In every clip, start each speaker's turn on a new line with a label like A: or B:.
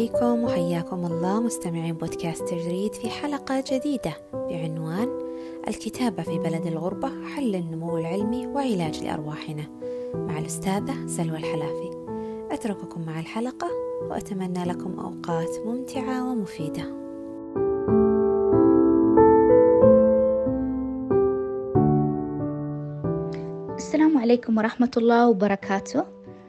A: عليكم وحياكم الله مستمعين بودكاست تجريد في حلقة جديدة بعنوان الكتابة في بلد الغربة، حل النمو العلمي وعلاج لأرواحنا، مع الأستاذة سلوى الحلافي. أترككم مع الحلقة وأتمنى لكم أوقات ممتعة ومفيدة.
B: السلام عليكم ورحمة الله وبركاته.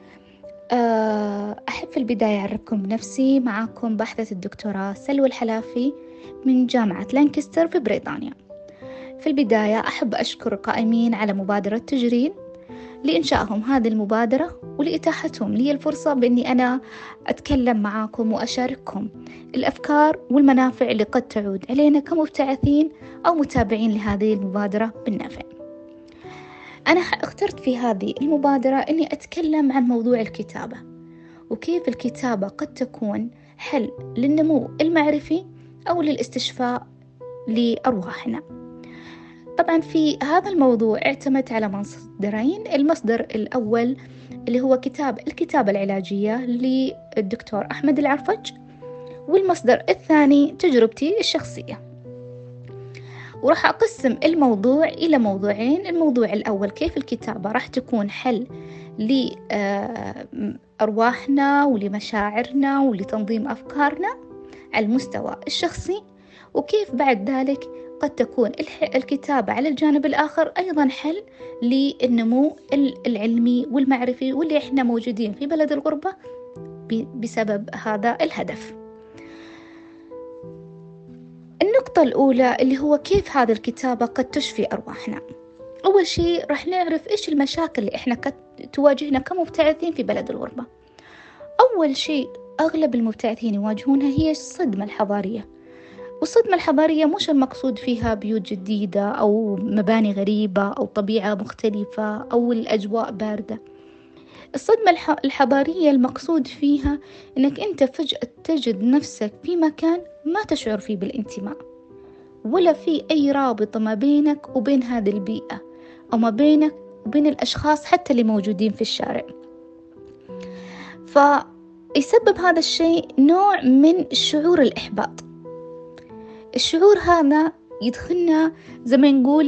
B: أحب في البداية أعرفكم بنفسي. معكم باحثة الدكتوراه سلوى الحلافي من جامعة لانكستر في بريطانيا. في البداية أحب أشكر القائمين على مبادرة تجريد لإنشائهم هذه المبادرة ولإتاحتهم لي الفرصة بأني أنا أتكلم معكم وأشارككم الأفكار والمنافع اللي قد تعود علينا كمبتعثين أو متابعين لهذه المبادرة بالنفع. أنا اخترت في هذه المبادرة أني أتكلم عن موضوع الكتابة وكيف الكتابة قد تكون حل للنمو المعرفي أو للاستشفاء لأرواحنا. طبعا في هذا الموضوع اعتمدت على مصدرين. المصدر الأول اللي هو الكتابة العلاجية للدكتور أحمد العرفج، والمصدر الثاني تجربتي الشخصية. وراح أقسم الموضوع إلى موضوعين. الموضوع الأول كيف الكتابة راح تكون حل لأرواحنا ولمشاعرنا ولتنظيم أفكارنا على المستوى الشخصي، وكيف بعد ذلك قد تكون الكتابة على الجانب الآخر أيضا حل للنمو العلمي والمعرفي، واللي إحنا موجودين في بلد الغربة بسبب هذا الهدف. النقطة الأولى اللي هو كيف هذه الكتابة قد تشفي أرواحنا. أول شيء راح نعرف إيش المشاكل اللي إحنا قد تواجهنا كمبتعثين في بلد الغربة. أول شيء أغلب المبتعثين يواجهونها هي الصدمة الحضارية. والصدمة الحضارية مش المقصود فيها بيوت جديدة أو مباني غريبة أو طبيعة مختلفة أو الأجواء باردة. الصدمة الحضارية المقصود فيها أنك أنت فجأة تجد نفسك في مكان ما تشعر فيه بالانتماء، ولا في أي رابطة ما بينك وبين هذه البيئة أو ما بينك وبين الأشخاص حتى اللي موجودين في الشارع. فيسبب هذا الشيء نوع من شعور الإحباط. الشعور هذا يدخلنا زي ما نقول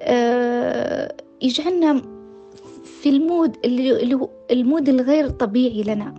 B: يجعلنا في المود اللي هو المود الغير طبيعي لنا.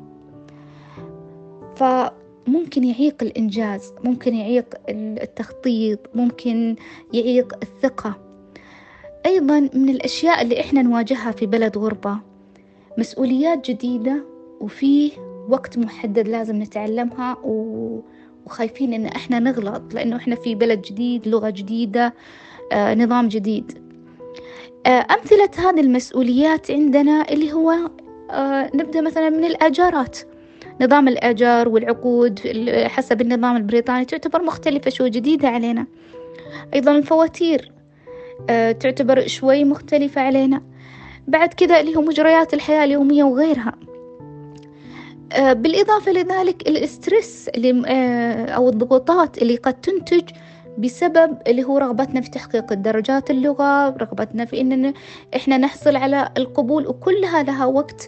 B: فممكن يعيق الإنجاز، ممكن يعيق التخطيط، ممكن يعيق الثقة. أيضا من الأشياء اللي إحنا نواجهها في بلد غربة مسؤوليات جديدة، وفيه وقت محدد لازم نتعلمها، وخايفين إن إحنا نغلط لأنه إحنا في بلد جديد، لغة جديدة، نظام جديد. أمثلة هذه المسؤوليات عندنا اللي هو نبدأ مثلا من الآجارات. نظام الآجار والعقود حسب النظام البريطاني تعتبر مختلفة، شوي جديدة علينا. أيضا الفواتير تعتبر شوي مختلفة علينا. بعد كذا اللي هو مجريات الحياة اليومية وغيرها. بالإضافة لذلك الاسترس أو الضغوطات اللي قد تنتج بسبب اللي هو رغبتنا في تحقيق الدرجات اللغة، رغبتنا في إننا إحنا نحصل على القبول، وكلها لها وقت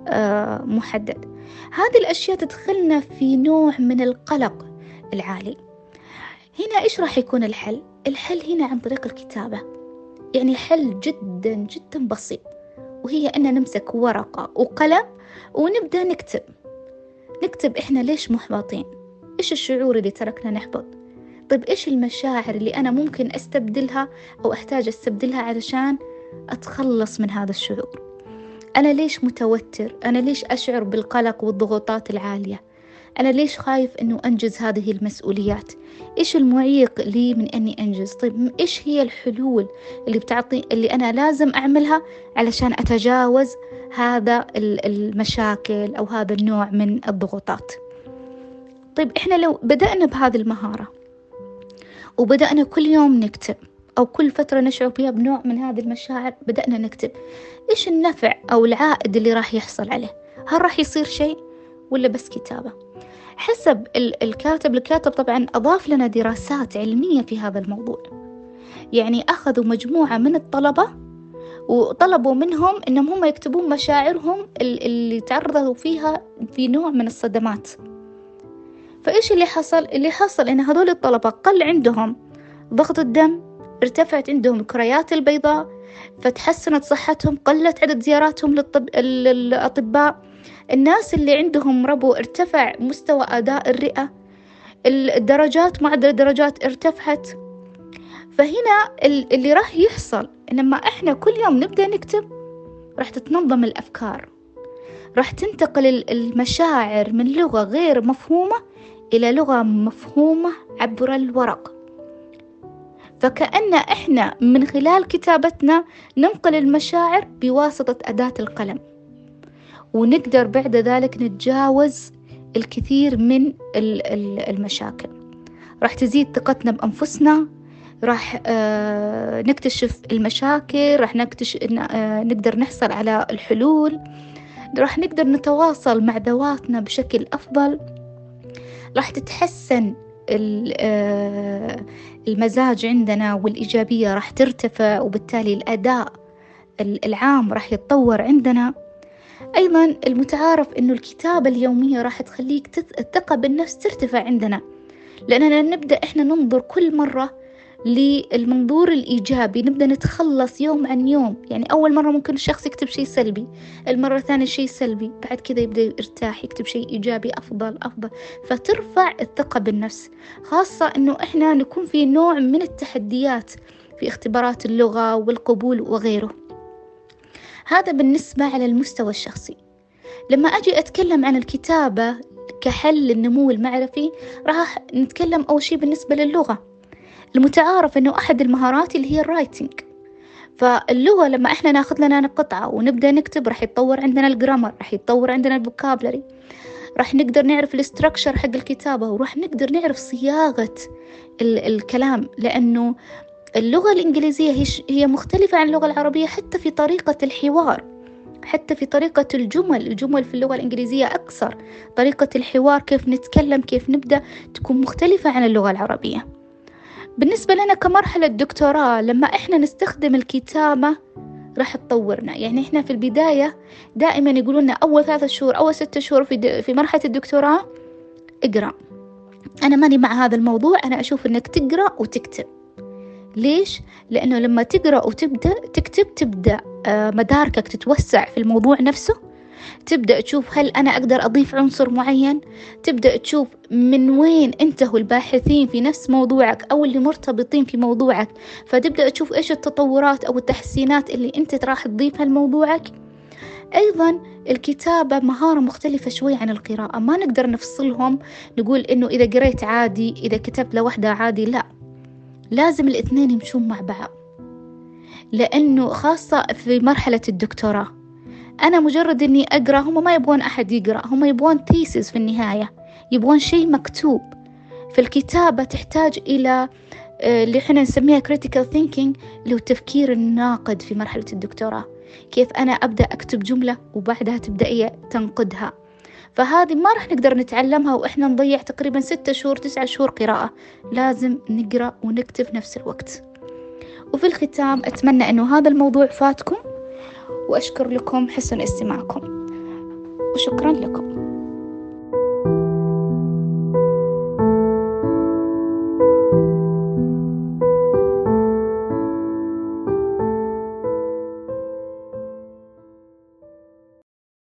B: محدد. هذه الأشياء تدخلنا في نوع من القلق العالي. هنا إيش راح يكون الحل؟ الحل هنا عن طريق الكتابة. يعني حل جدا جدا بسيط، وهي أن نمسك ورقة وقلم ونبدأ نكتب إحنا ليش محبطين، إيش الشعور اللي تركنا نحبط، طيب إيش المشاعر اللي أنا ممكن أستبدلها أو أحتاج أستبدلها علشان أتخلص من هذا الشعور. أنا ليش متوتر؟ أنا ليش أشعر بالقلق والضغوطات العالية؟ أنا ليش خايف أنه أنجز هذه المسؤوليات؟ إيش المعيق لي من أني أنجز؟ طيب إيش هي الحلول اللي أنا لازم أعملها علشان أتجاوز هذا المشاكل أو هذا النوع من الضغوطات؟ طيب إحنا لو بدأنا بهذه المهارة وبدأنا كل يوم نكتب، أو كل فترة نشعر فيها بنوع من هذه المشاعر بدأنا نكتب، إيش النفع أو العائد اللي راح يحصل عليه؟ هل راح يصير شيء ولا بس كتابة؟ حسب الكاتب طبعا أضاف لنا دراسات علمية في هذا الموضوع. يعني أخذوا مجموعة من الطلبة وطلبوا منهم إنهم هم يكتبون مشاعرهم اللي تعرضوا فيها في نوع من الصدمات. فإيش اللي حصل؟ اللي حصل إن هذول الطلبة قل عندهم ضغط الدم، ارتفعت عندهم الكريات البيضاء، فتحسنت صحتهم، قلت عدد زياراتهم للأطباء. الناس اللي عندهم ربو ارتفع مستوى أداء الرئة، معدل الدرجات ارتفعت. فهنا اللي راح يحصل لما احنا كل يوم نبدأ نكتب، راح تتنظم الأفكار، راح تنتقل المشاعر من لغة غير مفهومة إلى لغة مفهومة عبر الورق. فكأن إحنا من خلال كتابتنا ننقل المشاعر بواسطة أداة القلم، ونقدر بعد ذلك نتجاوز الكثير من المشاكل. راح تزيد ثقتنا بأنفسنا، راح نكتشف المشاكل، راح نقدر نحصل على الحلول، راح نقدر نتواصل مع ذواتنا بشكل أفضل، راح تتحسن المزاج عندنا، والإيجابية راح ترتفع، وبالتالي الأداء العام راح يتطور عندنا. أيضا المتعارف إنه الكتابة اليومية راح تخليك الثقة بالنفس ترتفع عندنا، لأننا نبدأ إحنا ننظر كل مرة للمنظور الإيجابي، نبدأ نتخلص يوم عن يوم. يعني أول مرة ممكن الشخص يكتب شيء سلبي، المرة الثانية شيء سلبي، بعد كذا يبدأ يرتاح يكتب شيء إيجابي أفضل. فترفع الثقة بالنفس، خاصة إنه إحنا نكون في نوع من التحديات في اختبارات اللغة والقبول وغيره. هذا بالنسبة على المستوى الشخصي. لما أجي أتكلم عن الكتابة كحل للنمو المعرفي، راح نتكلم أول شيء بالنسبة للغة. المتعارف إنه أحد المهارات اللي هي الرايتنج. فاللغة لما إحنا ناخذ لنا قطعة ونبدأ نكتب، راح يتطور عندنا الجرامر، راح يتطور عندنا الفوكابلري، راح نقدر نعرف الاستراكشر حق الكتابة، وراح نقدر نعرف صياغة الكلام، لأنه اللغة الإنجليزية هي مختلفة عن اللغة العربية حتى في طريقة الحوار، حتى في طريقة الجمل في اللغة الإنجليزية أكثر. طريقة الحوار، كيف نتكلم، كيف نبدأ، تكون مختلفة عن اللغة العربية. بالنسبة لنا كمرحلة دكتوراه، لما إحنا نستخدم الكتابة راح تطورنا. يعني إحنا في البداية دائما يقولون لنا أول 3 شهور أول 6 شهور في مرحلة الدكتوراه اقرأ. أنا ماني مع هذا الموضوع، أنا أشوف إنك تقرأ وتكتب. ليش؟ لأنه لما تقرأ وتبدأ تكتب، تبدأ مداركك تتوسع في الموضوع نفسه، تبدأ تشوف هل أنا أقدر أضيف عنصر معين، تبدأ تشوف من وين انتهوا الباحثين في نفس موضوعك أو اللي مرتبطين في موضوعك، فتبدأ تشوف إيش التطورات أو التحسينات اللي أنت راح تضيفها لموضوعك. أيضا الكتابة مهارة مختلفة شوي عن القراءة، ما نقدر نفصلهم نقول إنه إذا قريت عادي، إذا كتبت لوحدة عادي، لا، لازم الاثنين يمشون مع بعض. لأنه خاصة في مرحلة الدكتوراه، أنا مجرد إني أقرأ، هم ما يبغون أحد يقرأ، هم يبغون تيسيس في النهاية، يبغون شيء مكتوب. فالكتابة تحتاج إلى اللي إحنا نسميها critical thinking، اللي هو التفكير الناقد في مرحلة الدكتوراه. كيف أنا أبدأ أكتب جملة وبعدها تبدأ تنقدها. فهذه ما راح نقدر نتعلمها وإحنا نضيع تقريبا 6 شهور 9 شهور قراءة. لازم نقرأ ونكتب في نفس الوقت. وفي الختام أتمنى أنه هذا الموضوع فاتكم، وأشكر لكم حسن استماعكم، وشكرا لكم.